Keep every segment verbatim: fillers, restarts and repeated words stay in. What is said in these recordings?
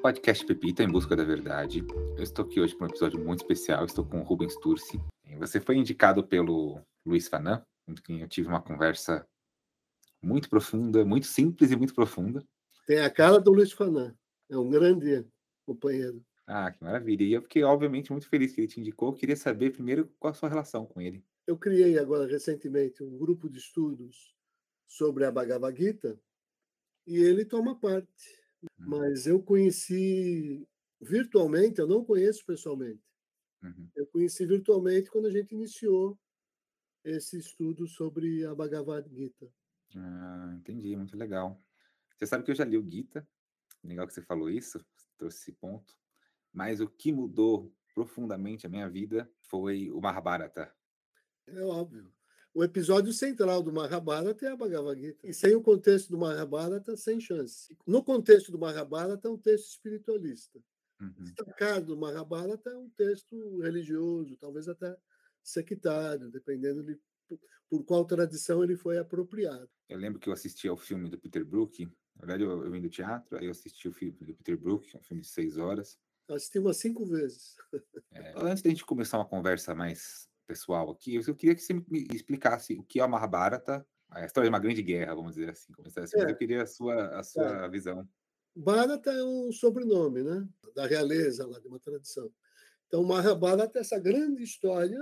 Podcast Pepita em busca da verdade. Eu estou aqui hoje para um episódio muito especial. Estou com o Rubens Turci. Você foi indicado pelo Luiz Fanan, com quem eu tive uma conversa muito profunda, muito simples e muito profunda. Tem a cara do Luiz Fanan. É um grande companheiro. Ah, que maravilha. E eu fiquei, obviamente, muito feliz que ele te indicou. Eu queria saber primeiro qual a sua relação com ele. Eu criei agora recentemente um grupo de estudos sobre a Bhagavad Gita e ele toma parte. Hum, Mas eu conheci virtualmente, eu não conheço pessoalmente. uhum. Eu conheci virtualmente quando a gente iniciou esse estudo sobre a Bhagavad Gita. Ah, entendi, muito legal. Você sabe que eu já li o Gita. Legal que você falou isso, trouxe esse ponto. Mas o que mudou profundamente a minha vida foi o Mahabharata. É óbvio. O episódio central do Mahabharata é a Bhagavad Gita. E sem o contexto do Mahabharata, sem chance. No contexto do Mahabharata, é um texto espiritualista. Uhum. Destacado do Mahabharata é um texto religioso, talvez até sectário, dependendo de por qual tradição ele foi apropriado. Eu lembro que eu assisti ao filme do Peter Brook. Na verdade, eu, eu vim do teatro, aí eu assisti o filme do Peter Brook, que é um filme de seis horas. Eu assisti umas cinco vezes. É, antes da gente começar uma conversa mais pessoal aqui, eu queria que você me explicasse o que é o Mahabharata, a história de uma grande guerra, vamos dizer assim, começar assim, mas eu É, queria a sua, a tá. sua visão. Bharata é um sobrenome, né? Da realeza, lá de uma tradição. Então, Mahabharata é essa grande história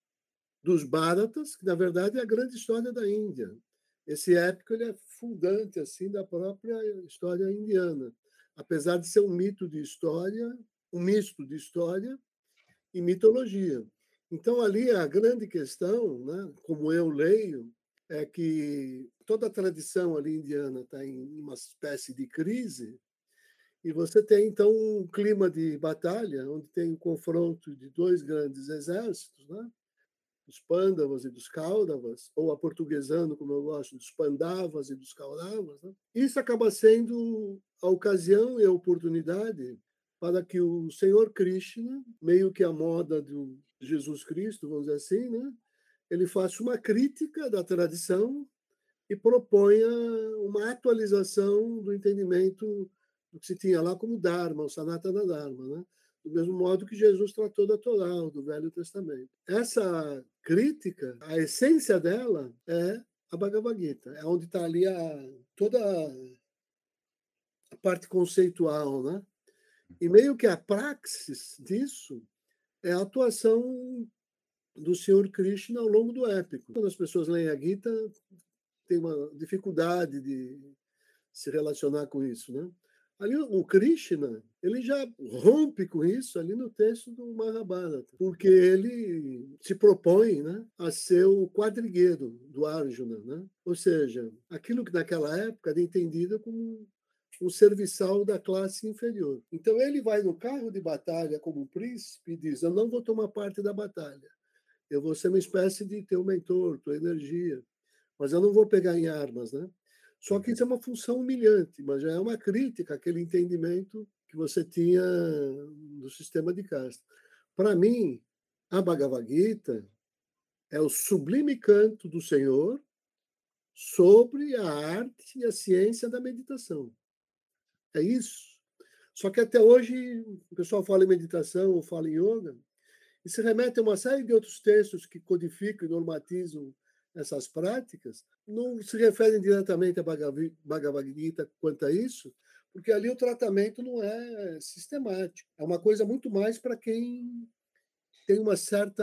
dos Bharatas, que na verdade é a grande história da Índia. Esse épico ele é fundante assim da própria história indiana, apesar de ser um mito de história, um misto de história e mitologia. Então ali a grande questão, né, como eu leio, é que toda a tradição ali indiana está em uma espécie de crise e você tem então um clima de batalha onde tem um confronto de dois grandes exércitos, né? Dos Pândavas e dos Cáudavas, ou aportuguesando, como eu gosto, dos Pandavas e dos Kauravas. Né? Isso acaba sendo a ocasião e a oportunidade para que o Senhor Krishna, meio que a moda do Jesus Cristo, vamos dizer assim, né? Ele faça uma crítica da tradição e proponha uma atualização do entendimento do que se tinha lá como Dharma, o Sanatana Dharma, né? Do mesmo modo que Jesus tratou da Torá, do Velho Testamento. Essa crítica, a essência dela é a Bhagavad Gita, é onde está ali a, toda a parte conceitual, né? E meio que a praxis disso é a atuação do Senhor Krishna ao longo do épico. Quando as pessoas leem a Gita, tem uma dificuldade de se relacionar com isso, né? Ali o Krishna, ele já rompe com isso ali no texto do Mahabharata, porque ele se propõe, né, a ser o quadrigueiro do Arjuna, né? Ou seja, aquilo que naquela época era entendido como um serviçal da classe inferior. Então ele vai no carro de batalha como um príncipe e diz: eu não vou tomar parte da batalha, eu vou ser uma espécie de teu mentor, tua energia, mas eu não vou pegar em armas, né? Só que isso é uma função humilhante, mas já é uma crítica àquele entendimento que você tinha do sistema de casta. Para mim, a Bhagavad Gita é o sublime canto do Senhor sobre a arte e a ciência da meditação. É isso. Só que até hoje o pessoal fala em meditação ou fala em yoga e se remete a uma série de outros textos que codificam e normatizam essas práticas, não se referem diretamente a Bhagavad Gita quanto a isso, porque ali o tratamento não é sistemático. É uma coisa muito mais para quem tem uma certa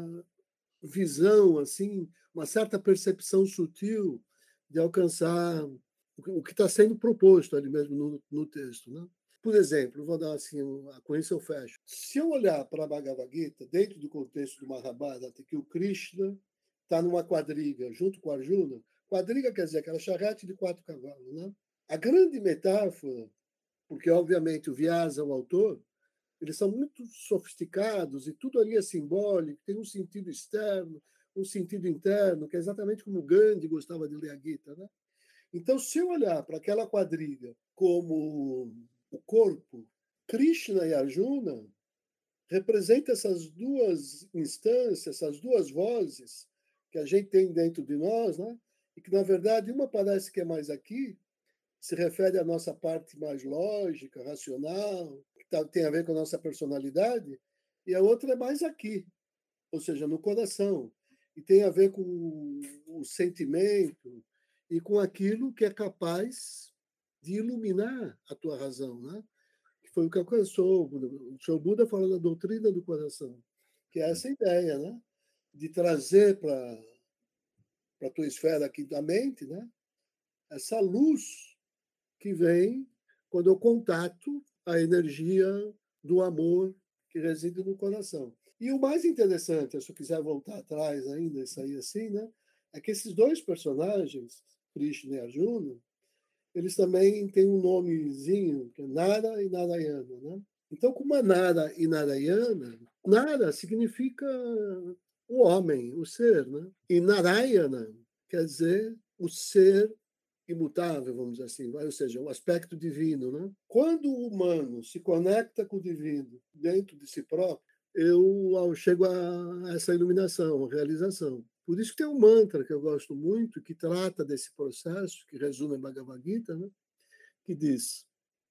visão, assim, uma certa percepção sutil de alcançar o que está sendo proposto ali mesmo no, no texto, né? Por exemplo, vou dar assim, com isso eu fecho. Se eu olhar para a Bhagavad Gita, dentro do contexto do Mahabharata, que o Krishna está numa quadriga junto com Arjuna, quadriga quer dizer aquela charrete de quatro cavalos, né? A grande metáfora, porque obviamente o Vyasa, o autor, eles são muito sofisticados e tudo ali é simbólico, tem um sentido externo, um sentido interno, que é exatamente como Gandhi gostava de ler a Gita, né? Então, se eu olhar para aquela quadriga como o corpo, Krishna e Arjuna representam essas duas instâncias, essas duas vozes que a gente tem dentro de nós, né? E que, na verdade, uma parece que é mais aqui, se refere à nossa parte mais lógica, racional, que tá, tem a ver com a nossa personalidade, e a outra é mais aqui, ou seja, no coração, e tem a ver com o sentimento e com aquilo que é capaz de iluminar a tua razão, né? Que foi o que alcançou o senhor Buda fala da doutrina do coração, que é essa ideia, né? De trazer para para a tua esfera aqui da mente, né? Essa luz que vem quando eu contato a energia do amor que reside no coração. E o mais interessante, se eu quiser voltar atrás ainda e sair assim, né, é que esses dois personagens, Krishna e Arjuna, eles também têm um nomezinho, que é Nara e Narayana. Né? Então, como é Nara e Narayana, Nara significa o homem, o ser. Né? E Narayana quer dizer o ser imutável, vamos dizer assim, ou seja, o aspecto divino. Né? Quando o humano se conecta com o divino dentro de si próprio, eu chego a essa iluminação, a realização. Por isso que tem um mantra que eu gosto muito, que trata desse processo, que resume a Bhagavad Gita, né? Que diz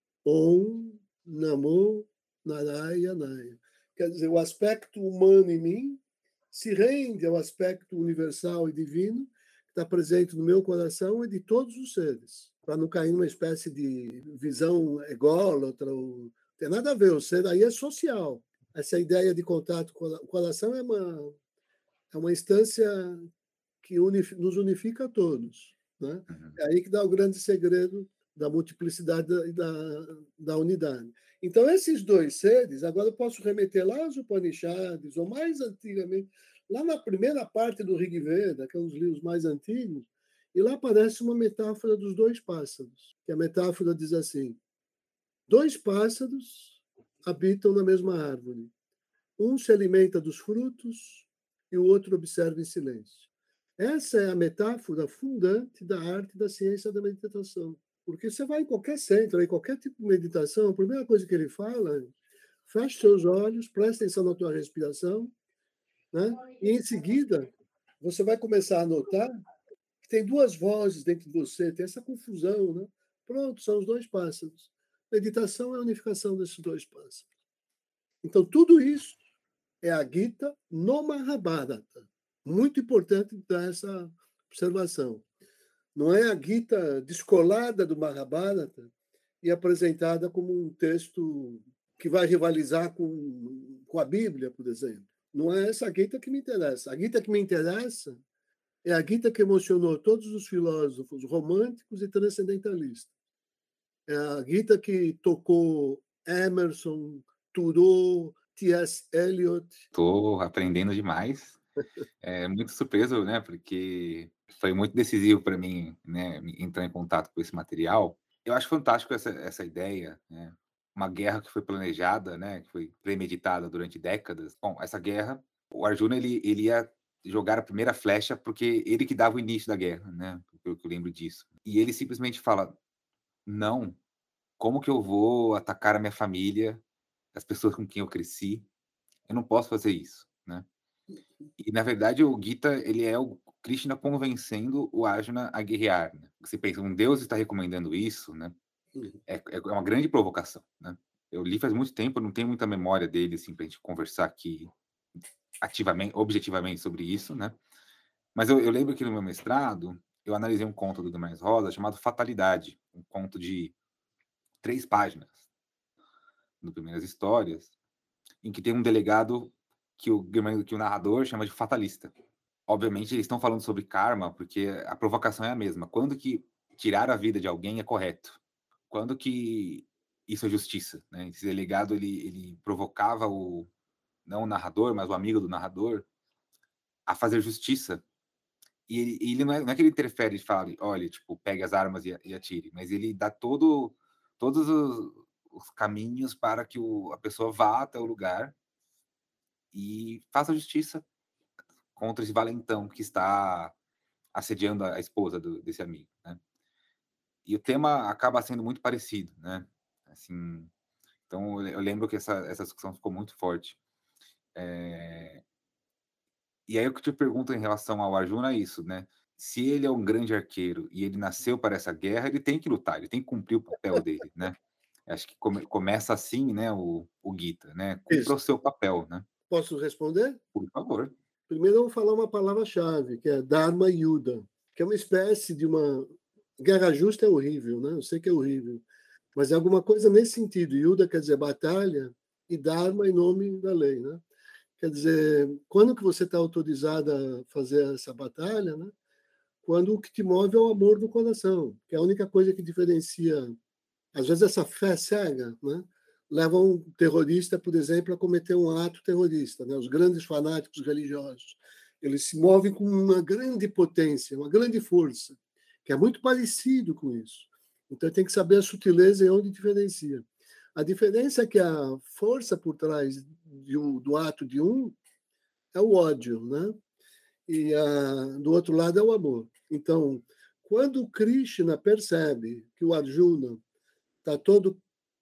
Om Namo Narayana. Quer dizer, o aspecto humano em mim se rende ao aspecto universal e divino que está presente no meu coração e de todos os seres, para não cair numa espécie de visão ególatra. Ou... Tem nada a ver, o ser aí é social. Essa ideia de contato com o coração é uma, é uma instância que unif, nos unifica a todos. Né? Uhum. É aí que dá o grande segredo da multiplicidade e da, da unidade. Então, esses dois seres, agora eu posso remeter lá aos Upanishads, ou mais antigamente, lá na primeira parte do Rig Veda, que é um dos livros mais antigos, e lá aparece uma metáfora dos dois pássaros, que a metáfora diz assim, dois pássaros habitam na mesma árvore. Um se alimenta dos frutos e o outro observa em silêncio. Essa é a metáfora fundante da arte da ciência da meditação. Porque você vai em qualquer centro, em qualquer tipo de meditação, a primeira coisa que ele fala é feche seus olhos, preste atenção na tua respiração, né? E em seguida você vai começar a notar que tem duas vozes dentro de você, tem essa confusão, né? Pronto, são os dois pássaros. Meditação é a unificação desses dois pássaros. Então, tudo isso é a Gita no Mahabharata. Muito importante dar essa observação. Não é a Gita descolada do Mahabharata e apresentada como um texto que vai rivalizar com, com a Bíblia, por exemplo. Não é essa Gita que me interessa. A Gita que me interessa é a Gita que emocionou todos os filósofos românticos e transcendentalistas. É a Gita que tocou Emerson, Thoreau, T S. Eliot. Estou aprendendo demais. É muito surpreso, né? Porque foi muito decisivo para mim, né? Entrar em contato com esse material. Eu acho fantástico essa, essa ideia, né? Uma guerra que foi planejada, né? Que foi premeditada durante décadas. Bom, essa guerra, o Arjuna ele, ele ia jogar a primeira flecha porque ele que dava o início da guerra, né? Pelo que eu lembro disso. E ele simplesmente fala: não, como que eu vou atacar a minha família, as pessoas com quem eu cresci? Eu não posso fazer isso, né? E na verdade o Gita, ele é o Krishna convencendo o Arjuna a guerrear, né? Você pensa, um deus está recomendando isso, né? É, é uma grande provocação, né? Eu li faz muito tempo, não tenho muita memória dele, assim, pra gente conversar aqui ativamente, objetivamente sobre isso, né? Mas eu, eu lembro que no meu mestrado, eu analisei um conto do Guimarães Rosa chamado Fatalidade, um conto de três páginas, no Primeiras Histórias, em que tem um delegado que o, que o narrador chama de fatalista. Obviamente, eles estão falando sobre karma, porque a provocação é a mesma. Quando que tirar a vida de alguém é correto? Quando que isso é justiça? Né? Esse delegado, ele, ele provocava o, não o narrador, mas o amigo do narrador, a fazer justiça. E ele, ele não, é, não é que ele interfere e fala, olha, tipo, pegue as armas e, e atire, mas ele dá todo, todos os, os caminhos para que o, a pessoa vá até o lugar e faça justiça contra esse valentão que está assediando a esposa do, desse amigo, né? E o tema acaba sendo muito parecido, né? Assim, então eu lembro que essa, essa discussão ficou muito forte. É... E aí o que eu te pergunto em relação ao Arjuna é isso, né? se ele é um grande arqueiro e ele nasceu para essa guerra, ele tem que lutar, ele tem que cumprir o papel dele, né. Acho que come começa assim, né, o o Gita, né, cumpra Isso. o seu papel, né. Posso responder? Por favor. Primeiro eu vou falar uma palavra-chave, que é Dharma Yuddha, que é uma espécie de uma guerra justa é horrível, né, eu sei que é horrível, mas é alguma coisa nesse sentido. Yuddha quer dizer batalha e Dharma em nome da lei, né. Quer dizer, quando que você está autorizado a fazer essa batalha, né? Quando o que te move é o amor do coração, que é a única coisa que diferencia. Às vezes essa fé cega, né, leva um terrorista, por exemplo, a cometer um ato terrorista, né? Os grandes fanáticos religiosos, eles se movem com uma grande potência, uma grande força, que é muito parecido com isso. Então tem que saber a sutileza e onde diferencia. A diferença é que a força por trás de um, do ato de um é o ódio, né? E a, do outro lado é o amor. Então, quando o Krishna percebe que o Arjuna está todo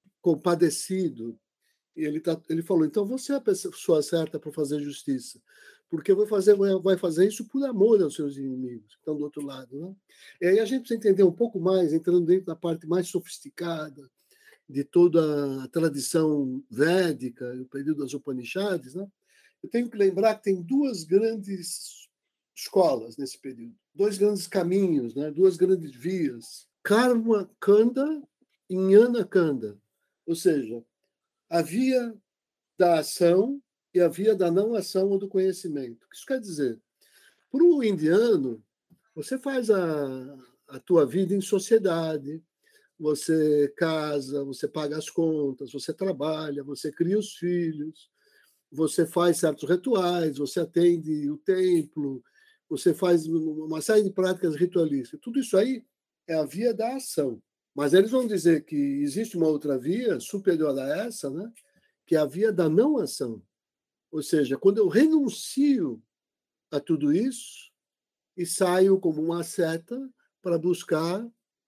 compadecido, e ele, tá, ele falou, então você é a pessoa certa para fazer justiça, porque vai fazer, vai fazer isso por amor aos seus inimigos, que estão do outro lado. Né? E aí a gente precisa entender um pouco mais, entrando dentro da parte mais sofisticada de toda a tradição védica, o período das Upanishads, né? Eu tenho que lembrar que tem duas grandes escolas nesse período, dois grandes caminhos, né? Duas grandes vias, Karma Kanda e Jnana Kanda, ou seja, a via da ação e a via da não ação ou do conhecimento. O que isso quer dizer? Para o indiano, você faz a, a tua vida em sociedade, você casa, você paga as contas, você trabalha, você cria os filhos, você faz certos rituais, você atende o templo, você faz uma série de práticas ritualísticas. Tudo isso aí é a via da ação. Mas eles vão dizer que existe uma outra via superior a essa, né? Que é a via da não ação. Ou seja, quando eu renuncio a tudo isso e saio como uma seta para buscar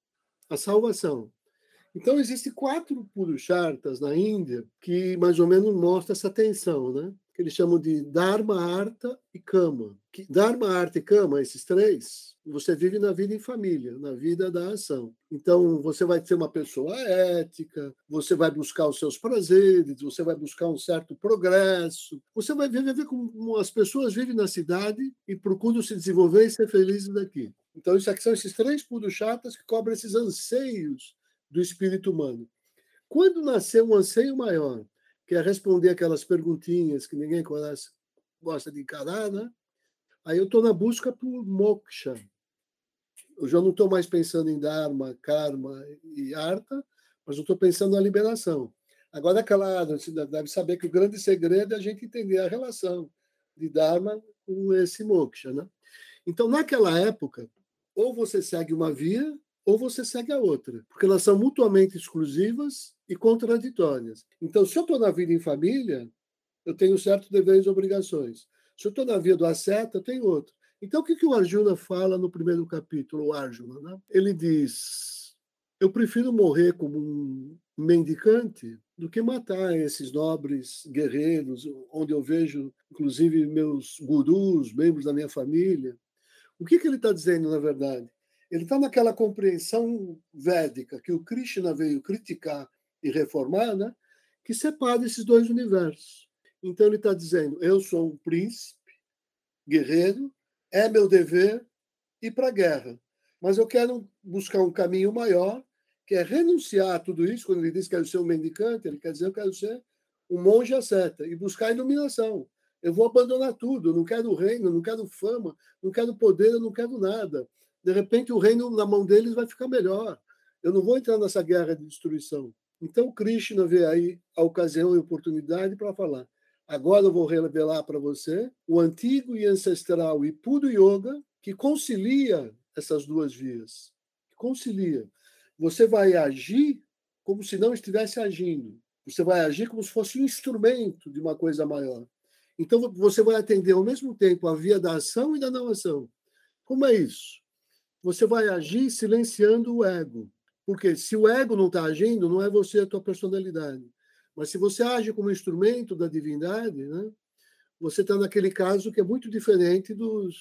a salvação. Então, existem quatro purushartas na Índia que mais ou menos mostram essa tensão, né? Que eles chamam de Dharma, Artha e Kama. Que Dharma, Artha e Kama, esses três, você vive na vida em família, na vida da ação. Então, você vai ser uma pessoa ética, você vai buscar os seus prazeres, você vai buscar um certo progresso, você vai viver como as pessoas vivem na cidade e procuram se desenvolver e ser felizes daqui. Então, isso aqui são esses três purushartas que cobrem esses anseios do espírito humano. Quando nasceu um anseio maior, que é responder aquelas perguntinhas que ninguém conhece, gosta de encarar, né? Aí eu estou na busca por moksha. Eu já não estou mais pensando em dharma, karma e artha, mas eu estou pensando na liberação. Agora, claro, você deve saber que o grande segredo é a gente entender a relação de dharma com esse moksha, né? Então, naquela época, ou você segue uma via ou você segue a outra, porque elas são mutuamente exclusivas e contraditórias. Então, se eu estou na vida em família, eu tenho certos deveres e obrigações. Se eu estou na via do asceta, eu tenho outro. Então, o que, que o Arjuna fala no primeiro capítulo, o Arjuna? Né? Ele diz, eu prefiro morrer como um mendicante do que matar esses nobres guerreiros, onde eu vejo, inclusive, meus gurus, membros da minha família. O que, que ele está dizendo, na verdade? Ele está naquela compreensão védica que o Krishna veio criticar e reformar, né? Que separa esses dois universos. Então ele está dizendo: eu sou um príncipe, guerreiro, é meu dever ir para a guerra, mas eu quero buscar um caminho maior, que é renunciar a tudo isso. Quando ele diz que quero ser um mendicante, ele quer dizer eu quero ser um monge asceta e buscar a iluminação. Eu vou abandonar tudo, eu não quero reino, eu não quero fama, não quero poder, eu não quero nada. De repente, o reino na mão deles vai ficar melhor. Eu não vou entrar nessa guerra de destruição. Então, Krishna vê aí a ocasião e oportunidade para falar: agora eu vou revelar para você o antigo e ancestral e puro yoga que concilia essas duas vias. Concilia. Você vai agir como se não estivesse agindo. Você vai agir como se fosse um instrumento de uma coisa maior. Então, você vai atender ao mesmo tempo a via da ação e da não ação. Como é isso? Você vai agir silenciando o ego. Porque se o ego não está agindo, não é você a tua personalidade. Mas se você age como instrumento da divindade, né, você está naquele caso que é muito diferente dos,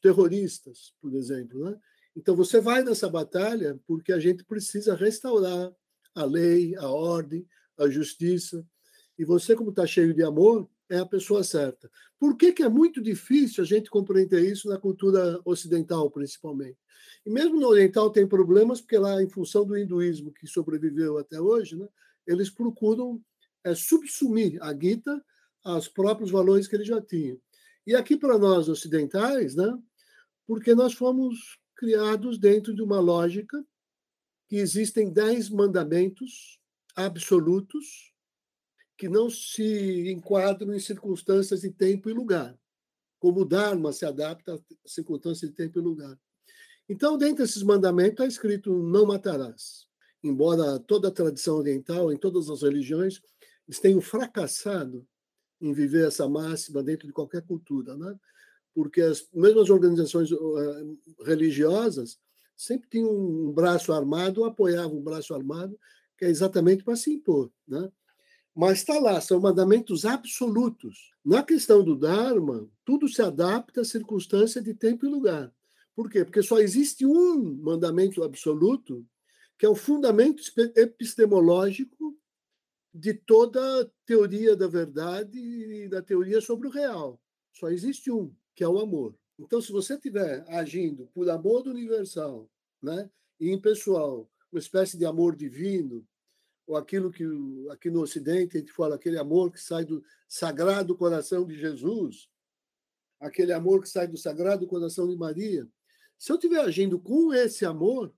terroristas, por exemplo, né? Então você vai nessa batalha porque a gente precisa restaurar a lei, a ordem, a justiça. E você, como está cheio de amor, é a pessoa certa. Por que, que é muito difícil a gente compreender isso na cultura ocidental, principalmente? E mesmo no oriental tem problemas, porque lá, em função do hinduísmo que sobreviveu até hoje, né, eles procuram é, subsumir a Gita aos próprios valores que eles já tinham. E aqui, para nós ocidentais, né, porque nós fomos criados dentro de uma lógica que existem dez mandamentos absolutos que não se enquadram em circunstâncias de tempo e lugar, como o Dharma se adapta a circunstâncias de tempo e lugar. Então, dentro desses mandamentos, está escrito não matarás. Embora toda a tradição oriental, em todas as religiões, eles tenham fracassado em viver essa máxima dentro de qualquer cultura, né? Porque as mesmas organizações uh, religiosas sempre tinham um braço armado, apoiavam um braço armado, que é exatamente para se impor, né? Mas está lá, são mandamentos absolutos. Na questão do Dharma, tudo se adapta à circunstância de tempo e lugar. Por quê? Porque só existe um mandamento absoluto, que é o fundamento epistemológico de toda a teoria da verdade e da teoria sobre o real. Só existe um, que é o amor. Então, se você estiver agindo por amor universal, né, e impessoal, uma espécie de amor divino, ou aquilo que aqui no Ocidente a gente fala, aquele amor que sai do sagrado coração de Jesus, aquele amor que sai do sagrado coração de Maria. Se eu estiver agindo com esse amor,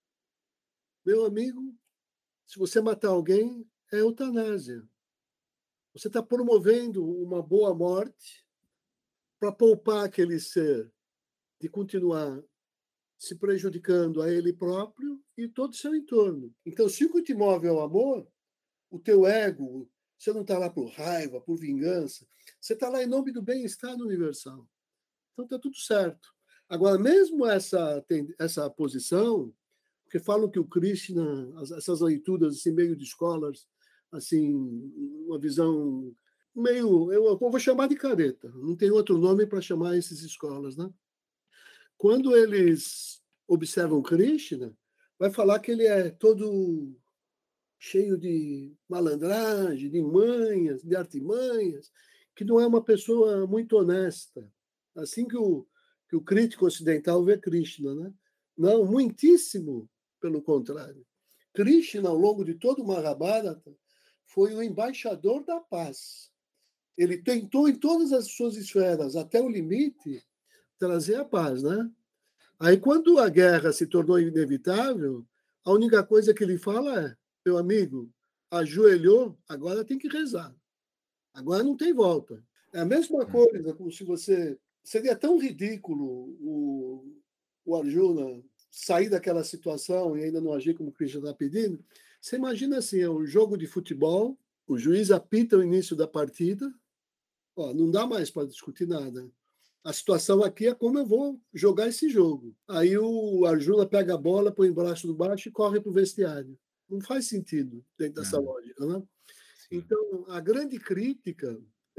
meu amigo, se você matar alguém, é eutanásia. Você está promovendo uma boa morte para poupar aquele ser de continuar se prejudicando a ele próprio e todo o seu entorno. Então, se o que te move é o amor, o teu ego, você não está lá por raiva, por vingança, você está lá em nome do bem-estar universal. Então está tudo certo. Agora, mesmo essa, essa posição, porque falam que o Krishna, essas leituras assim, meio de scholars, assim, uma visão meio, eu vou chamar de careta, não tem outro nome para chamar esses escolas, né? Quando eles observam Krishna, vai falar que ele é todo cheio de malandragem, de manhas, de artimanhas, que não é uma pessoa muito honesta. Assim que o, que o crítico ocidental vê Krishna, né? Não, muitíssimo pelo contrário. Krishna, ao longo de todo o Mahabharata, foi o embaixador da paz. Ele tentou, em todas as suas esferas, até o limite, trazer a paz, né? Aí, quando a guerra se tornou inevitável, a única coisa que ele fala é: meu amigo, ajoelhou, agora tem que rezar. Agora não tem volta. É a mesma coisa como se você... Seria tão ridículo o, o Arjuna sair daquela situação e ainda não agir como o Krishna está pedindo. Você imagina assim, é um jogo de futebol, o juiz apita o início da partida, ó, não dá mais para discutir nada. A situação aqui é como eu vou jogar esse jogo. Aí o Arjuna pega a bola, põe o braço no baixo e corre para o vestiário. Não faz sentido dentro dessa lógica, né? Então, a grande crítica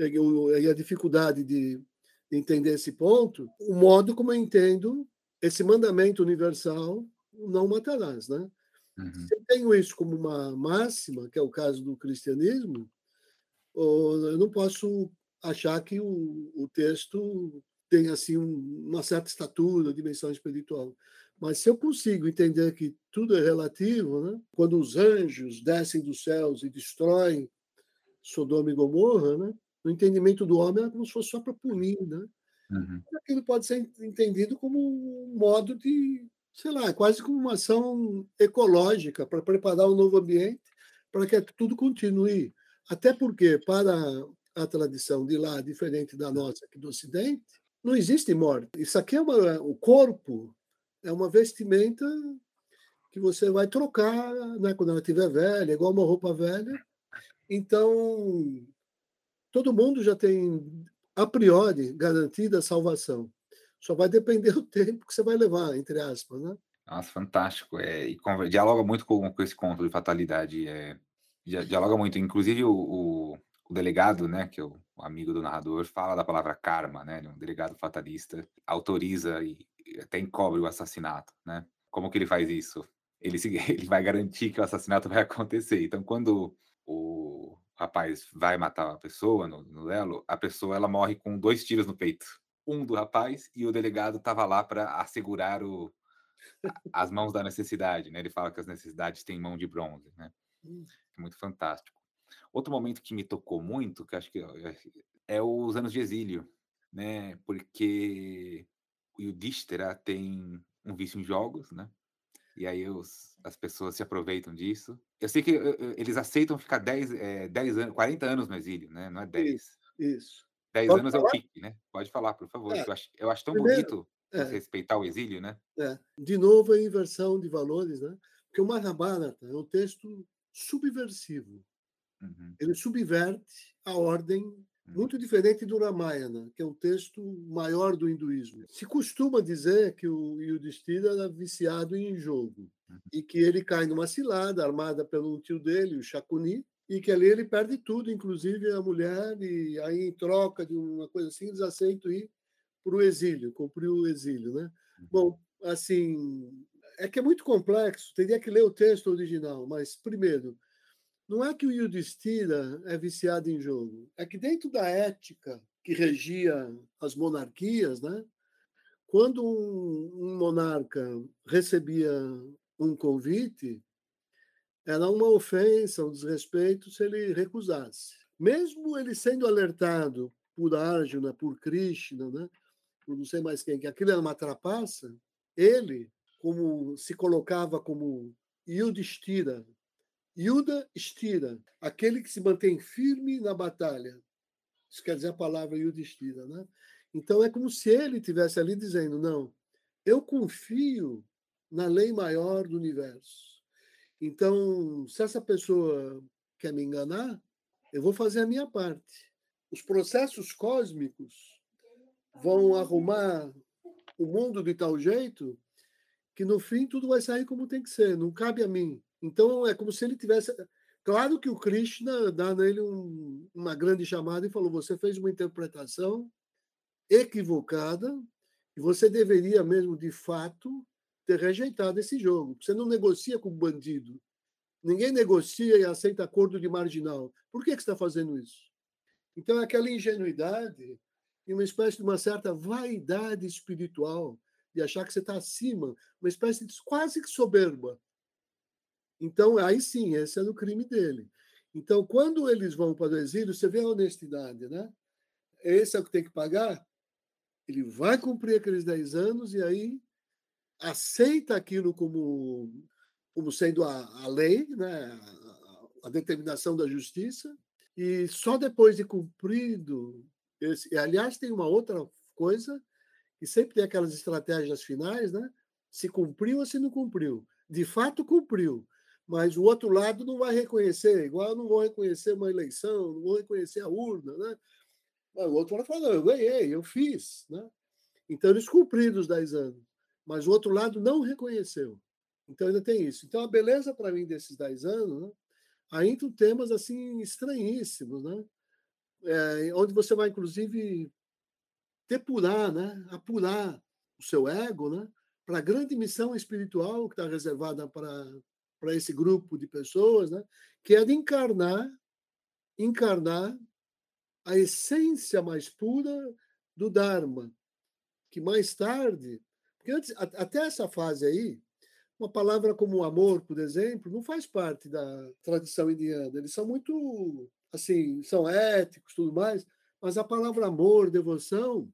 e a dificuldade de entender esse ponto, o modo como eu entendo esse mandamento universal, não matarás, né? Uhum. Se eu tenho isso como uma máxima, que é o caso do cristianismo, eu não posso achar que o, o texto tem assim um, uma certa estatura, dimensão espiritual. Mas se eu consigo entender que tudo é relativo, né? Quando os anjos descem dos céus e destroem Sodoma e Gomorra, né? No entendimento do homem, é como se fosse só para punir, né? Uhum. Aquilo pode ser entendido como um modo de, sei lá, quase como uma ação ecológica para preparar um novo ambiente para que tudo continue. Até porque, para a tradição de lá, diferente da nossa aqui do Ocidente, não existe morte. Isso aqui é uma, o corpo é uma vestimenta que você vai trocar, né, quando ela estiver velha, igual uma roupa velha. Então, todo mundo já tem, a priori, garantida a salvação. Só vai depender do tempo que você vai levar, entre aspas, né? Nossa, fantástico. É, e conver- dialoga muito com, com esse conto de fatalidade. É, dia- dialoga muito. Inclusive, o, o, o delegado, né, que é o o amigo do narrador, fala da palavra karma, né, um delegado fatalista, autoriza e e até encobre o assassinato, né. Como que ele faz isso? Ele se ele vai garantir que o assassinato vai acontecer. Então quando o rapaz vai matar a pessoa no no duelo, a pessoa ela morre com dois tiros no peito. Um do rapaz e o delegado estava lá para assegurar o a as mãos da necessidade, né, ele fala que as necessidades têm mão de bronze, né. Hum, É muito fantástico. Outro momento que me tocou muito, que acho que é é os anos de exílio, né, porque o Yudhishthira tem um vício em jogos, né, e aí os as pessoas se aproveitam disso. Eu sei que, hã hã, eles aceitam ficar dez eh, dez anos quarenta anos no exílio, né, não é isso, dez. isso. dez Posso anos é o falar? pique, né. Pode falar, por favor, É, que eu acho eu acho tão primeiro bonito você é, respeitar o exílio, né. é. De novo a inversão de valores, né, porque o Mahabharata é um texto subversivo. Uhum, Ele subverte a ordem, uhum, muito diferente do Ramayana, que é um texto maior do hinduísmo. Se costuma dizer que o Yudhishthira era viciado em jogo uhum, e que ele cai numa cilada armada pelo tio dele, o Shakuni, e que ali ele perde tudo, inclusive a mulher, e aí em troca de uma coisa assim, eles aceitam ir para o exílio, cumprir o exílio, né? uhum, Bom, assim, é que é muito complexo, teria que ler o texto original, mas primeiro, não é que o Yudhishthira é viciado em jogo, é que dentro da ética que regia as monarquias, né, quando um, um monarca recebia um convite, era uma ofensa, um desrespeito se ele recusasse. Mesmo ele sendo alertado por Arjuna, por Krishna, né, por não sei mais quem, que aquilo era uma trapaça, ele, como se colocava como Yudhishthira, Yuda estira, aquele que se mantém firme na batalha. Isso quer dizer a palavra Yudhishthira, né? Então é como se ele tivesse ali dizendo: não, eu confio na lei maior do universo. Então, se essa pessoa quer me enganar, eu vou fazer a minha parte. Os processos cósmicos vão arrumar o mundo de tal jeito que no fim tudo vai sair como tem que ser, não cabe a mim. Então é como se ele tivesse. Claro que o Krishna dá nele um, uma grande chamada e falou: você fez uma interpretação equivocada e você deveria mesmo, de fato, ter rejeitado esse jogo. Você não negocia com bandido. Ninguém negocia e aceita acordo de marginal. Por que, que você está fazendo isso? Então é aquela ingenuidade e uma espécie de uma certa vaidade espiritual de achar que você está acima, uma espécie de quase que soberba. Então, aí sim, esse é o crime dele. Então, quando eles vão para o exílio, você vê a honestidade, né? Esse é o que tem que pagar, ele vai cumprir aqueles dez anos e aí aceita aquilo como, como sendo a, a lei, né? a, a determinação da justiça, e só depois de cumprido esse. E, aliás, tem uma outra coisa, que sempre tem aquelas estratégias finais, né? Se cumpriu ou se não cumpriu. De fato, cumpriu, mas o outro lado não vai reconhecer, igual eu não vou reconhecer uma eleição, não vou reconhecer a urna, né? O outro lado fala, não, eu ganhei, eu fiz, né? Então, eles cumpriram os dez anos, mas o outro lado não reconheceu. Então, ainda tem isso. Então, a beleza para mim desses dez anos, né? Aí entram temas assim estranhíssimos, né? É, onde você vai, inclusive, depurar, né? Apurar o seu ego, né? Para a grande missão espiritual que está reservada para, para esse grupo de pessoas, né? Que é de encarnar, encarnar a essência mais pura do Dharma, que mais tarde, porque antes, até essa fase aí, uma palavra como amor, por exemplo, não faz parte da tradição indiana. Eles são muito, assim, são éticos, tudo mais, mas a palavra amor, devoção,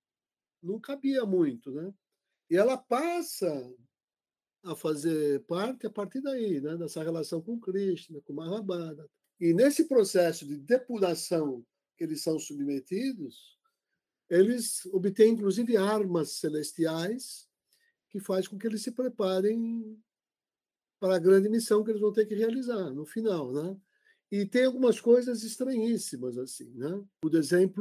não cabia muito, né? E ela passa a fazer parte a partir daí, né? Dessa relação com Krishna, com Mahabharata. E nesse processo de depuração que eles são submetidos, eles obtêm, inclusive, armas celestiais que faz com que eles se preparem para a grande missão que eles vão ter que realizar no final, né? E tem algumas coisas estranhíssimas assim, né? Por exemplo,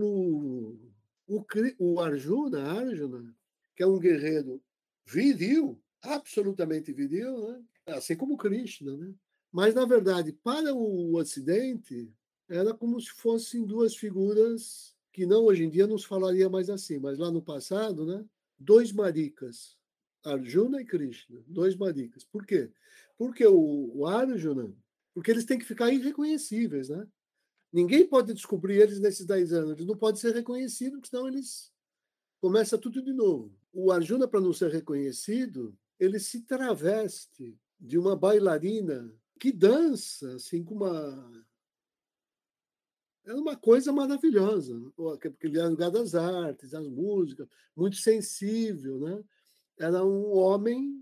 o, o Arjuna, Arjuna, que é um guerreiro viril, absolutamente viril, né? Assim como Krishna, né? Mas na verdade, para o Ocidente, Era como se fossem duas figuras que não hoje em dia não se falaria mais assim, mas lá no passado, né, dois maricas, Arjuna e Krishna, dois maricas. Por quê? Porque o, o Arjuna, porque eles têm que ficar irreconhecíveis, né? Ninguém pode descobrir eles nesses dez anos, eles não podem ser reconhecidos, porque senão eles começa tudo de novo. O Arjuna, para não ser reconhecido, ele se traveste de uma bailarina que dança assim com uma é uma coisa maravilhosa, porque ele era lugar das artes, das músicas, muito sensível, né? Era um homem,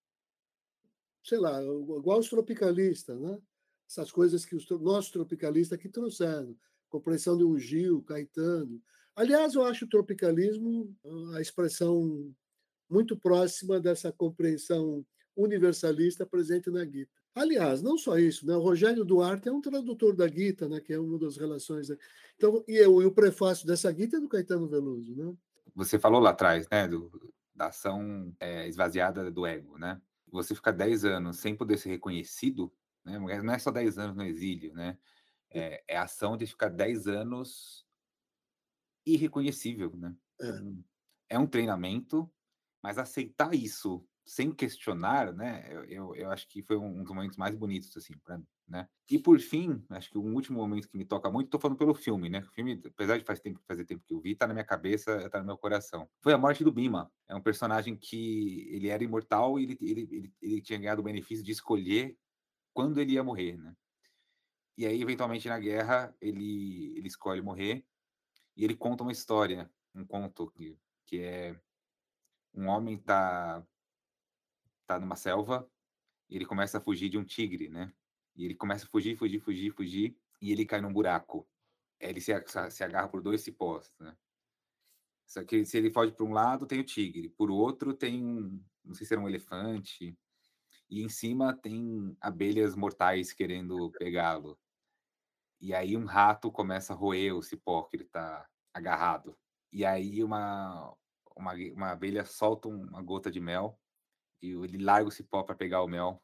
sei lá, igual os tropicalistas, né? Essas coisas que os nossos tropicalistas que trouxeram, compreensão de um Gil, Caetano. Aliás, eu acho o tropicalismo a expressão muito próxima dessa compreensão universalista presente na Gita. Aliás, não só isso, né? O Rogério Duarte é um tradutor da Gita, né? Que é uma das relações. Então, e, eu, e o prefácio dessa Gita é do Caetano Veloso, né? Você falou lá atrás, né, do, da ação é, esvaziada do ego, né? Você ficar dez anos sem poder ser reconhecido, né? Não é só dez anos no exílio, né? É, é a ação de ficar dez anos irreconhecível, né? É, Então, é um treinamento, mas aceitar isso sem questionar, né? Eu, eu, eu acho que foi um, um dos momentos mais bonitos, assim, para mim, né? E por fim, acho que um último momento que me toca muito, estou falando pelo filme, né? O filme, apesar de faz tempo, fazer tempo que eu vi, tá na minha cabeça, tá no meu coração. Foi a morte do Bima. É um personagem que ele era imortal e ele, ele, ele, ele tinha ganhado o benefício de escolher quando ele ia morrer, né? E aí, eventualmente, na guerra, ele, ele escolhe morrer e ele conta uma história, um conto que, que é um homem tá tá numa selva e ele começa a fugir de um tigre, né? E ele começa a fugir, fugir, fugir, fugir e ele cai num buraco. Ele se, se agarra por dois cipós, né? Só que se ele foge para um lado, tem o tigre, por outro tem um, não sei se era um elefante, e em cima tem abelhas mortais querendo pegá-lo. E aí um rato começa a roer o cipó que ele tá agarrado. E aí uma, uma, uma abelha solta uma gota de mel e ele larga o cipó para pegar o mel,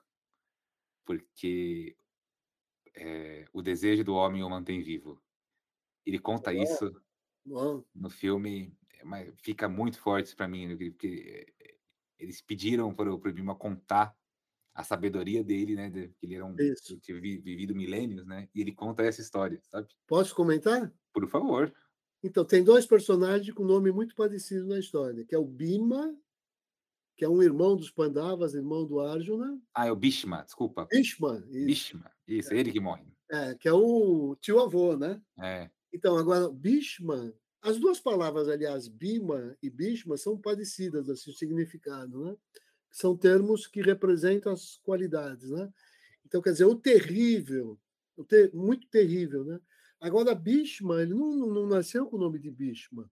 porque é, o desejo do homem o mantém vivo. Ele conta isso bom, no filme, mas fica muito forte para mim, né, porque eles pediram para o Bima contar a sabedoria dele, né? De, que ele era um isso. ele tinha vivido milênios, né? E ele conta essa história, sabe? Posso comentar? Por favor. Então, tem dois personagens com nome muito parecido na história, que é o Bhima, que é um irmão dos Pandavas, irmão do Arjuna, Ah, é o Bhishma, desculpa. Bhishma, isso, Bhishma, isso, é ele que morre. é, que é o tio-avô, né? É, Então, agora, Bhishma, as duas palavras, aliás, Bhima e Bhishma, são parecidas, assim, o significado, né? São termos que representam as qualidades, né? Então, quer dizer, o terrível, o ter, muito terrível, né? Agora, Bhishma, ele não, não nasceu com o nome de Bhishma.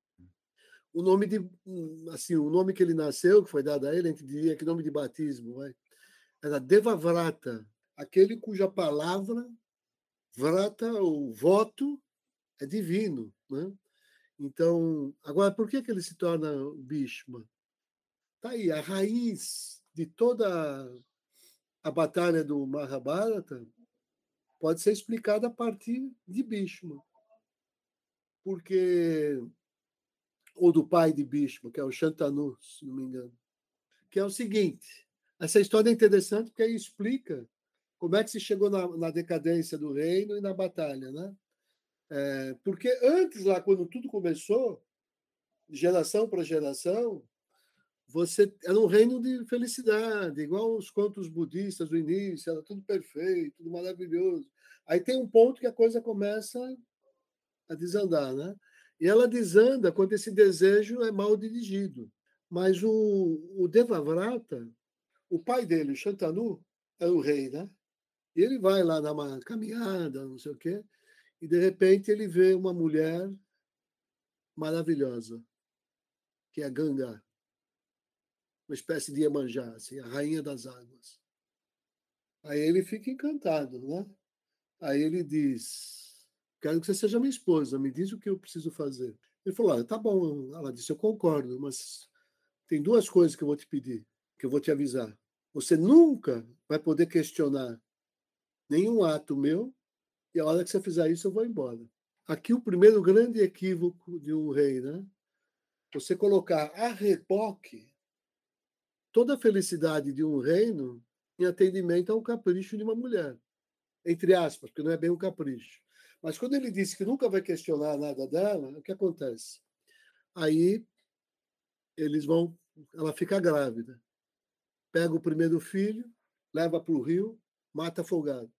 O nome de, assim, o nome que ele nasceu, que foi dado a ele, a gente diria que nome de batismo, vai, era Devavrata, aquele cuja palavra, vrata, ou voto, é divino, né? Então, agora, por que, que ele se torna Bhishma? Tá aí, a raiz de toda a batalha do Mahabharata pode ser explicada a partir de Bhishma, porque ou do pai de Bhishma, que é o Shantanu, se não me engano, que é o seguinte, essa história é interessante porque aí explica como é que se chegou na, na decadência do reino e na batalha, né? É, porque antes, lá, quando tudo começou, de geração para geração, você era um reino de felicidade, igual os contos budistas do início, era tudo perfeito, tudo maravilhoso. Aí tem um ponto que a coisa começa a desandar, né? E ela desanda quando esse desejo é mal dirigido. Mas o, o Devavrata, o pai dele, o Shantanu, é o rei, né? E ele vai lá dar uma caminhada, não sei o quê, e de repente ele vê uma mulher maravilhosa, que é a Ganga, uma espécie de Iemanjá, assim, a rainha das águas. Aí ele fica encantado, né? Aí ele diz: quero que você seja minha esposa, me diz o que eu preciso fazer. Ele falou: ah, tá bom. Ela disse: eu concordo, mas tem duas coisas que eu vou te pedir, que eu vou te avisar. Você nunca vai poder questionar nenhum ato meu e a hora que você fizer isso, eu vou embora. Aqui o primeiro grande equívoco de um rei, né? Você colocar a reboque toda a felicidade de um reino em atendimento ao capricho de uma mulher, entre aspas, porque não é bem um capricho. Mas quando ele disse que nunca vai questionar nada dela, o que acontece? Aí eles vão, ela fica grávida, pega o primeiro filho, leva para o rio, mata afogado.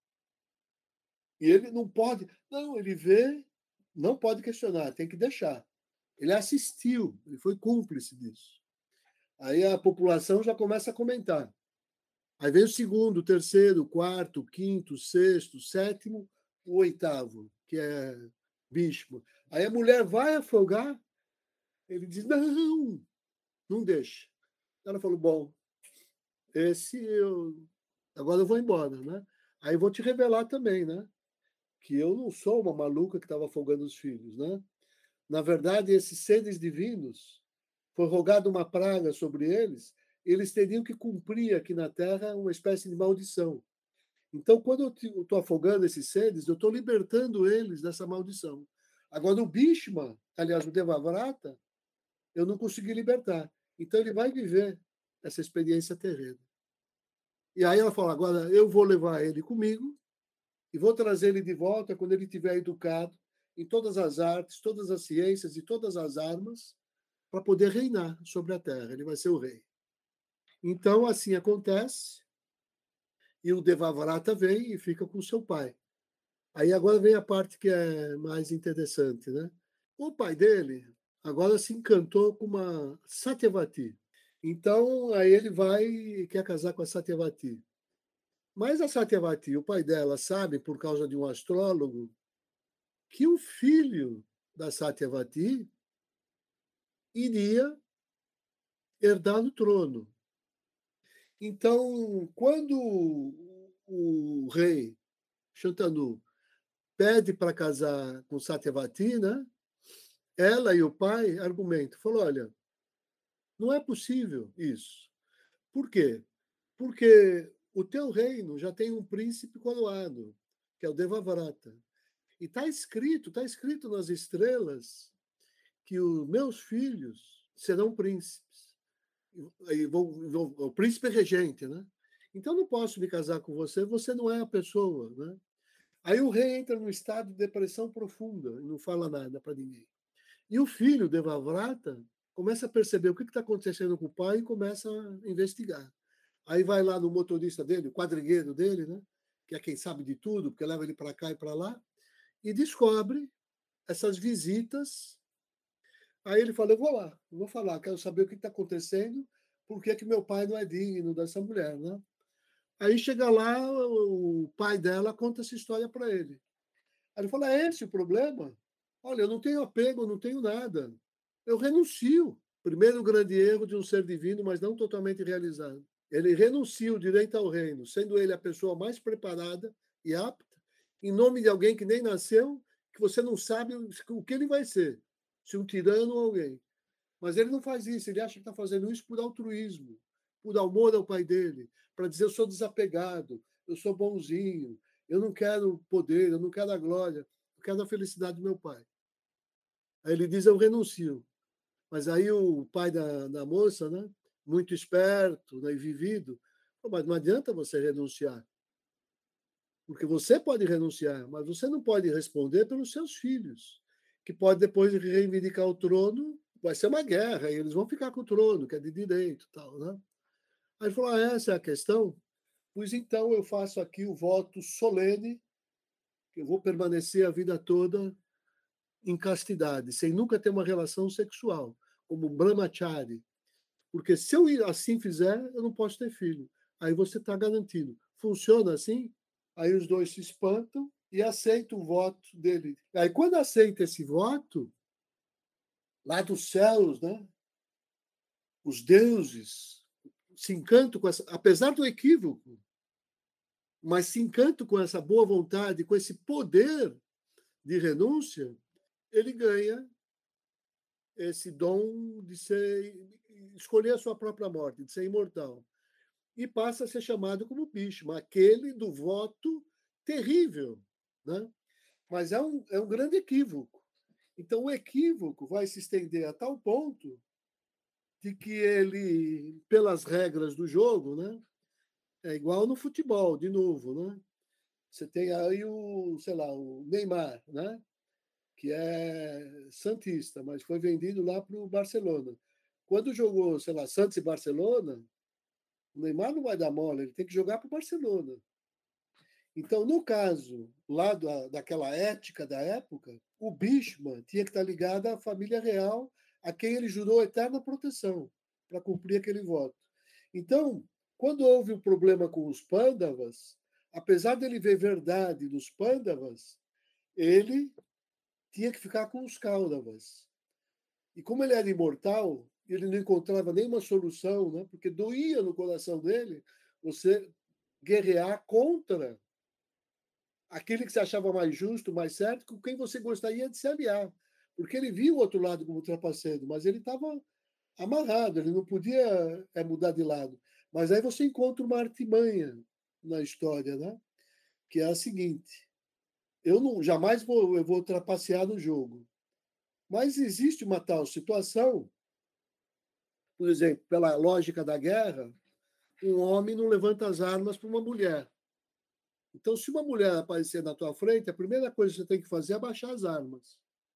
E ele não pode, não, ele vê, não pode questionar, tem que deixar. Ele assistiu, ele foi cúmplice disso. Aí a população já começa a comentar. Aí vem o segundo, o terceiro, o quarto, o quinto, o sexto, o sétimo, o oitavo, que é Bhishma. Aí a mulher vai afogar, ele diz, não, não deixa. Ela falou, bom, esse eu... Agora eu vou embora, né? Aí vou te revelar também, né? Que eu não sou uma maluca que estava afogando os filhos, né? Na verdade, esses seres divinos, foi rogada uma praga sobre eles, eles teriam que cumprir aqui na Terra uma espécie de maldição. Então, quando eu estou afogando esses seres, eu estou libertando eles dessa maldição. Agora, o Bhishma, aliás, o Devavrata, eu não consegui libertar. Então, ele vai viver essa experiência terrena. E aí ela fala, agora eu vou levar ele comigo e vou trazer ele de volta quando ele estiver educado em todas as artes, todas as ciências e todas as armas, para poder reinar sobre a terra. Ele vai ser o rei. Então, assim acontece, e o Devavrata vem e fica com seu pai. Aí agora vem a parte que é mais interessante, né? O pai dele agora se encantou com uma Satyavati. Então, aí ele vai e quer casar com a Satyavati. Mas a Satyavati, o pai dela, sabe, por causa de um astrólogo, que o filho da Satyavati iria herdar o trono. Então, quando o rei Shantanu pede para casar com Satyavati, né? Ela e o pai argumentam, falou, olha, não é possível isso. Por quê? Porque o teu reino já tem um príncipe coroado, que é o Devavrata. E está escrito, está escrito nas estrelas que os meus filhos serão príncipes. E vou, vou, o príncipe regente, né? Então não posso me casar com você, você não é a pessoa, né? Aí o rei entra num estado de depressão profunda e não fala nada para ninguém. E o filho, Devavrata, começa a perceber o que está acontecendo com o pai e começa a investigar. Aí vai lá no motorista dele, o quadrigueiro dele, né? Que é quem sabe de tudo, porque leva ele para cá e para lá, e descobre essas visitas. Aí ele fala, eu vou lá, eu vou falar, quero saber o que está acontecendo, por que, que meu pai não é digno dessa mulher, né? Aí chega lá, o pai dela conta essa história para ele. Aí ele fala, é esse o problema? Olha, eu não tenho apego, eu não tenho nada. Eu renuncio. Primeiro grande erro de um ser divino, mas não totalmente realizado. Ele renuncia o direito ao reino, sendo ele a pessoa mais preparada e apta, em nome de alguém que nem nasceu, que você não sabe o que ele vai ser, se um tirano ou alguém. Mas ele não faz isso, ele acha que está fazendo isso por altruísmo, por amor ao pai dele, para dizer eu sou desapegado, eu sou bonzinho, eu não quero poder, eu não quero a glória, eu quero a felicidade do meu pai. Aí ele diz, eu renuncio. Mas aí o pai da, da moça, né, muito esperto, né, e vivido, falou, mas não adianta você renunciar. Porque você pode renunciar, mas você não pode responder pelos seus filhos, que pode depois reivindicar o trono, vai ser uma guerra, e eles vão ficar com o trono, que é de direito, tal, né? Aí ele falou, ah, essa é a questão? Pois então eu faço aqui o voto solene, que eu vou permanecer a vida toda em castidade, sem nunca ter uma relação sexual, como brahmachari. Porque se eu assim fizer, eu não posso ter filho. Aí você está garantido. Funciona assim? Aí os dois se espantam e aceitam o voto dele. Aí quando aceita esse voto, lá dos céus, né, os deuses se encantam com essa, apesar do equívoco, mas se encantam com essa boa vontade, com esse poder de renúncia, ele ganha esse dom de ser, escolher a sua própria morte, de ser imortal. E passa a ser chamado como Bhishma, aquele do voto terrível, né? Mas é um, é um grande equívoco. Então, o equívoco vai se estender a tal ponto de que ele, pelas regras do jogo, né, é igual no futebol, de novo, né? Você tem aí o, sei lá, o Neymar, né? Que é santista, mas foi vendido lá para o Barcelona. Quando jogou, sei lá, Santos e Barcelona, o Neymar não vai dar mole, ele tem que jogar para o Barcelona. Então, no caso lá da, daquela ética da época, o Bishman tinha que estar ligado à família real, a quem ele jurou eterna proteção, para cumprir aquele voto. Então, quando houve o um problema com os Pandavas, apesar dele ver verdade nos Pandavas, ele tinha que ficar com os Cáudavas. E como ele era imortal, ele não encontrava nenhuma solução, né? Porque doía no coração dele você guerrear contra aquele que você achava mais justo, mais certo, com quem você gostaria de se aliar. Porque ele viu o outro lado como trapaceiro, mas ele estava amarrado, ele não podia é, mudar de lado. Mas aí você encontra uma artimanha na história, né? Que é a seguinte: eu não jamais vou, eu vou trapacear no jogo. Mas existe uma tal situação, por exemplo, pela lógica da guerra, um homem não levanta as armas para uma mulher. Então, se uma mulher aparecer na tua frente, a primeira coisa que você tem que fazer é abaixar as armas.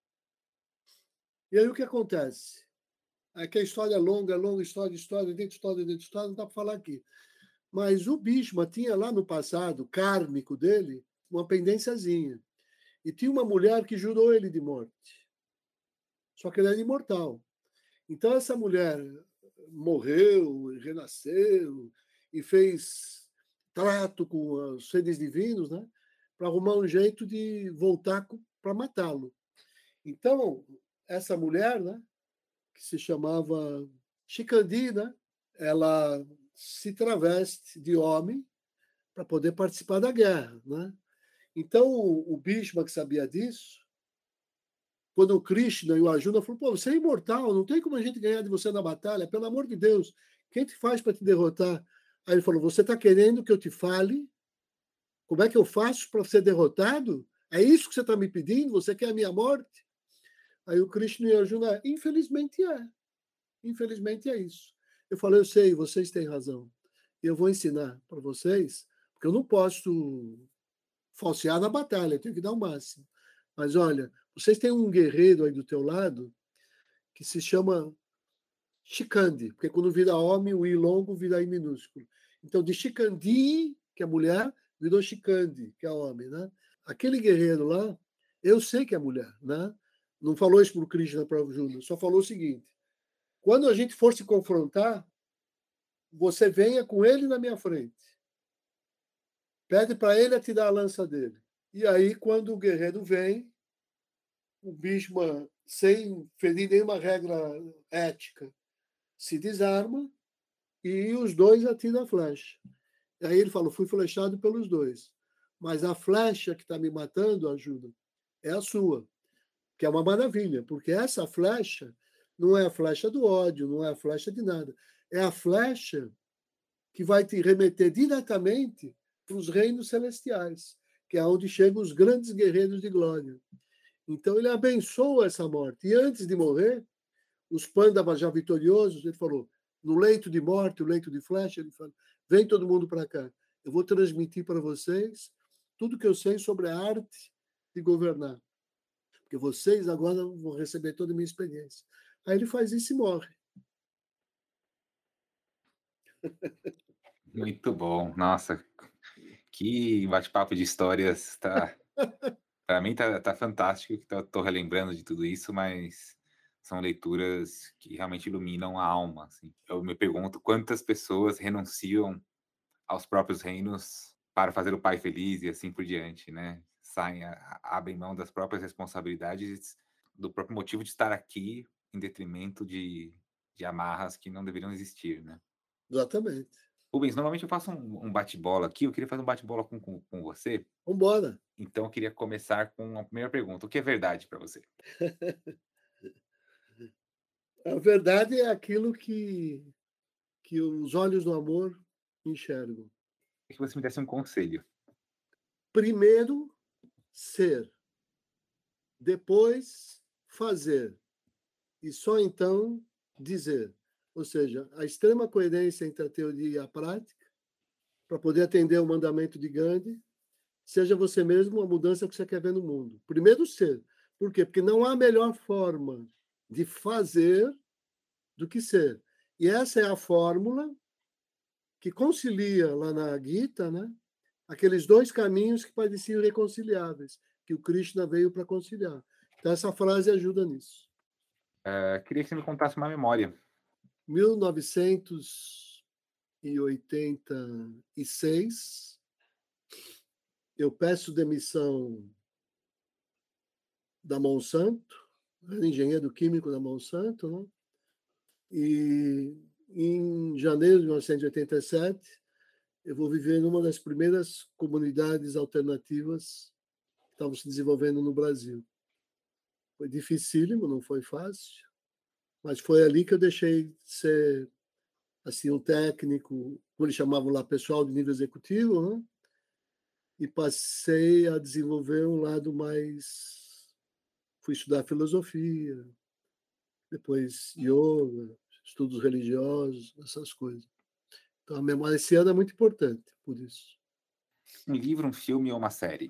E aí o que acontece? Aqui a história é longa, longa, história, história, dentro de história, dentro de história, não dá para falar aqui. Mas o Bhishma tinha lá no passado, kármico dele, uma pendênciazinha. E tinha uma mulher que jurou ele de morte. Só que ele era imortal. Então essa mulher morreu, renasceu e fez trato com os seres divinos, né, para arrumar um jeito de voltar para matá-lo. Então essa mulher, né, que se chamava Chicandi, né, ela se traveste de homem para poder participar da guerra, né? Então o Bhishma, que sabia disso, quando o Krishna e o Arjuna falaram, pô, você é imortal, não tem como a gente ganhar de você na batalha, pelo amor de Deus, quem te faz para te derrotar? Aí ele falou, você está querendo que eu te fale como é que eu faço para ser derrotado? É isso que você está me pedindo? Você quer a minha morte? Aí o Krishna e o Arjuna, infelizmente é. Infelizmente é isso. Eu falei, eu sei, vocês têm razão. Eu vou ensinar para vocês, porque eu não posso falsear na batalha, eu tenho que dar o máximo. Mas olha, vocês têm um guerreiro aí do teu lado que se chama Chicande, porque quando vira homem, o I longo vira I minúsculo. Então, de Chicandi, que é mulher, virou Chicande, que é homem, né? Aquele guerreiro lá, eu sei que é mulher, né? Não falou isso para o Krishna, para o Júnior, só falou o seguinte: quando a gente for se confrontar, você venha com ele na minha frente. Pede para ele atirar a lança dele. E aí, quando o guerreiro vem, o Bhishma, sem ferir nenhuma regra ética, se desarma e os dois atiram a flecha. E aí ele falou, fui flechado pelos dois. Mas a flecha que está me matando, ajuda, é a sua. Que é uma maravilha, porque essa flecha não é a flecha do ódio, não é a flecha de nada. É a flecha que vai te remeter diretamente para os reinos celestiais, que é onde chegam os grandes guerreiros de glória. Então ele abençoa essa morte. E antes de morrer, os Pandavas já vitoriosos, ele falou, no leito de morte, o leito de flecha, ele falou, vem todo mundo para cá. Eu vou transmitir para vocês tudo que eu sei sobre a arte de governar. Porque vocês agora vão receber toda a minha experiência. Aí ele faz isso e morre. Muito bom. Nossa, que bate-papo de histórias. Tá, para mim tá, tá fantástico que tô, tô relembrando de tudo isso, mas são leituras que realmente iluminam a alma. Assim. Eu me pergunto quantas pessoas renunciam aos próprios reinos para fazer o pai feliz e assim por diante, né? Saem, a- abrem mão das próprias responsabilidades, do próprio motivo de estar aqui, em detrimento de, de amarras que não deveriam existir, né? Exatamente. Rubens, normalmente eu faço um, um bate-bola aqui, eu queria fazer um bate-bola com, com, com você, Vamos embora. então eu queria começar com a primeira pergunta. O que é verdade para você? A verdade é aquilo que, que os olhos do amor enxergam. Queria que você me desse um conselho. Primeiro, ser. depois fazer, e só então dizer. Ou seja, a extrema coerência entre a teoria e a prática, para poder atender o mandamento de Gandhi, seja você mesmo a mudança que você quer ver no mundo. Primeiro ser. Por quê? Porque não há melhor forma de fazer do que ser. E essa é a fórmula que concilia lá na Gita, né, aqueles dois caminhos que pareciam irreconciliáveis, que o Krishna veio para conciliar. Então, essa frase ajuda nisso. Uh, queria que você me contasse uma memória. mil novecentos e oitenta e seis, eu peço demissão da Monsanto, engenheiro químico da Monsanto, né? E em janeiro de mil novecentos e oitenta e sete, eu vou viver numa das primeiras comunidades alternativas que estavam se desenvolvendo no Brasil. Foi dificílimo, não foi fácil, mas foi ali que eu deixei de ser assim, um técnico, como eles chamavam lá, pessoal de nível executivo, né? E passei a desenvolver um lado mais... Fui estudar filosofia, depois yoga, estudos religiosos, essas coisas. Então, a memória esse ano é muito importante, por isso. Um livro, um filme ou uma série?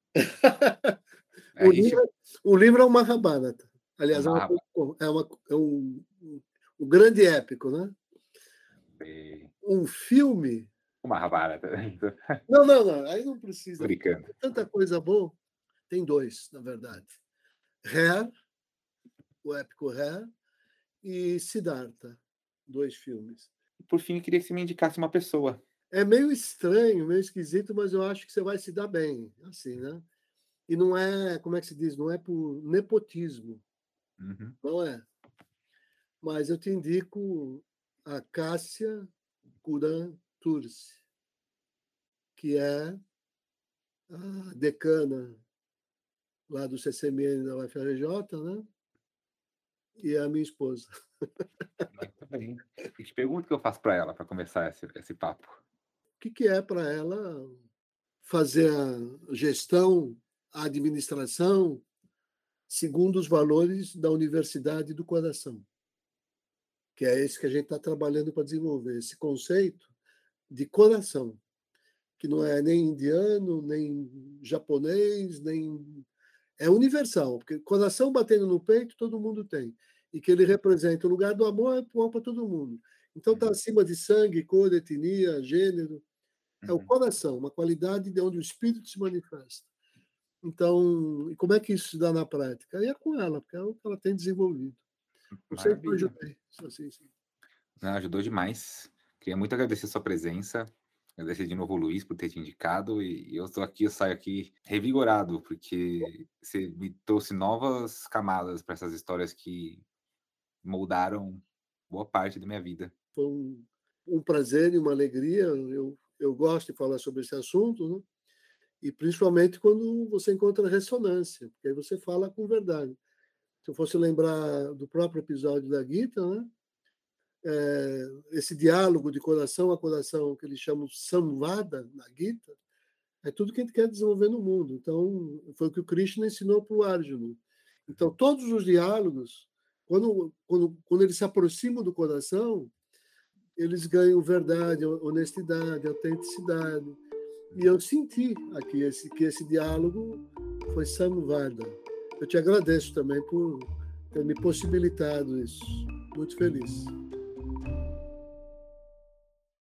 o, gente... livro, o livro é o Mahabharata. Aliás, é, uma, é, uma, é um, um grande épico, né? E... Um filme... O Mahabharata. Não, não, não. Aí não precisa. Brincando. Tem tanta coisa boa. Tem dois, na verdade. Hair, o épico Hair, e Siddhartha. Dois filmes. Por fim, eu queria que você me indicasse uma pessoa. É meio estranho, meio esquisito, mas eu acho que você vai se dar bem, assim, né? E não é, como é que se diz? Não é por nepotismo. Uhum. Não é. Mas eu te indico a Cássia Kuran Tursi, que é a decana lá do C C M N da U F R J, né? E é a minha esposa. Muito bem. E que pergunta que eu faço para ela para começar esse, esse papo? O que, que é para ela fazer a gestão, a administração, segundo os valores da Universidade do Coração, que é esse que a gente está trabalhando para desenvolver, esse conceito de coração, que não é nem indiano, nem japonês, nem... É universal, porque coração batendo no peito todo mundo tem, e que ele representa o lugar do amor, é bom para todo mundo. Então está acima de sangue, cor, etnia, gênero. É o coração, uma qualidade de onde o espírito se manifesta. Então, e como é que isso se dá na prática? Aí é com ela, porque é o que ela tem desenvolvido. Não sei se eu ajudei. Assim, sim. Não, ajudou demais. Queria muito agradecer a sua presença. Agradecer de novo o Luiz por ter te indicado. E eu estou aqui, eu saio aqui revigorado, porque você me trouxe novas camadas para essas histórias que moldaram boa parte da minha vida. Foi um, um prazer e uma alegria. Eu, eu gosto de falar sobre esse assunto, né? E principalmente quando você encontra ressonância, porque aí você fala com verdade. Se eu fosse lembrar do próprio episódio da Gita, né? É, esse diálogo de coração a coração, que eles chamam samvada na Gita, é tudo que a gente quer desenvolver no mundo. Então, foi o que o Krishna ensinou para o Arjuna. Então, todos os diálogos, quando, quando, quando eles se aproximam do coração, eles ganham verdade, honestidade, autenticidade. E eu senti aqui esse, que esse diálogo foi samvada. Eu te agradeço também por ter me possibilitado isso. Muito feliz.